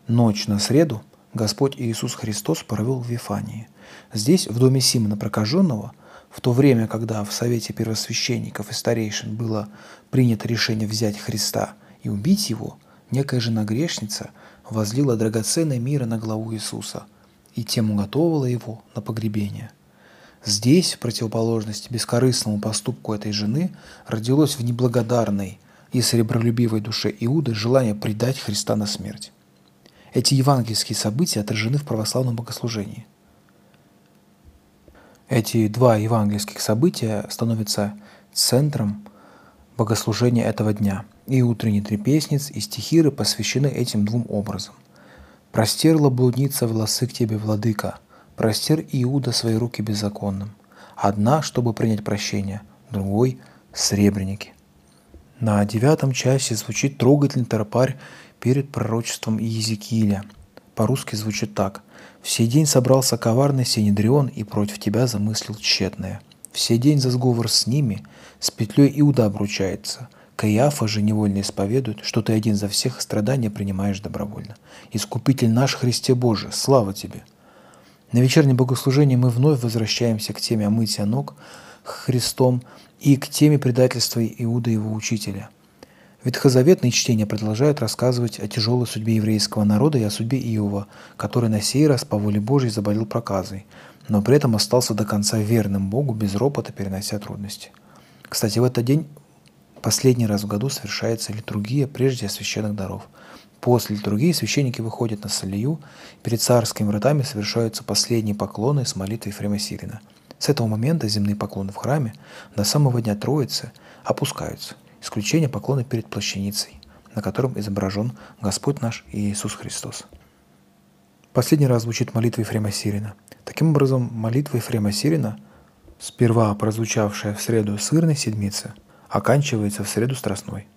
Ночь на среду Господь Иисус Христос провел в Вифании. Здесь, в доме Симона Прокаженного, в то время, когда в совете первосвященников и старейшин было принято решение взять Христа и убить его, некая жена-грешница возлила драгоценное мира на главу Иисуса и тем уготовила его на погребение. Здесь, в противоположность бескорыстному поступку этой жены, родилось в неблагодарной и сребролюбивой душе Иуды желание предать Христа на смерть. Эти евангельские события отражены в православном богослужении. Эти два евангельских события становятся центром богослужения этого дня, и утренний трепесниц, и стихиры посвящены этим двум образам. «Простерла блудница волосы к тебе, владыка, простер Иуда свои руки беззаконным, одна, чтобы принять прощение, другой – сребреники». На 9 часе звучит трогательный тропарь перед пророчеством Иезекииля. По-русски звучит так: «В сей день собрался коварный Синедрион и против тебя замыслил тщетное. В сей день за сговор с ними с петлей Иуда обручается. Каиафа же невольно исповедует, что ты один за всех страдания принимаешь добровольно. Искупитель наш Христе Боже, слава тебе!» На вечернем богослужении мы вновь возвращаемся к теме омытия ног Христом и к теме предательства Иуды его учителя. Ветхозаветные чтения продолжают рассказывать о тяжелой судьбе еврейского народа и о судьбе Иова, который на сей раз по воле Божьей заболел проказой, но при этом остался до конца верным Богу, без ропота перенося трудности. Кстати, в этот день последний раз в году совершается литургия прежде священных даров. После литургии священники выходят на Солию, перед царскими вратами совершаются последние поклоны с молитвой Ефрема Сирина. С этого момента земные поклоны в храме до самого дня Троицы опускаются. Исключение поклона перед плащаницей, на котором изображен Господь наш Иисус Христос. Последний раз звучит молитва Ефрема Сирина. Таким образом, молитва Ефрема Сирина, сперва прозвучавшая в среду сырной седмицы, оканчивается в среду страстной.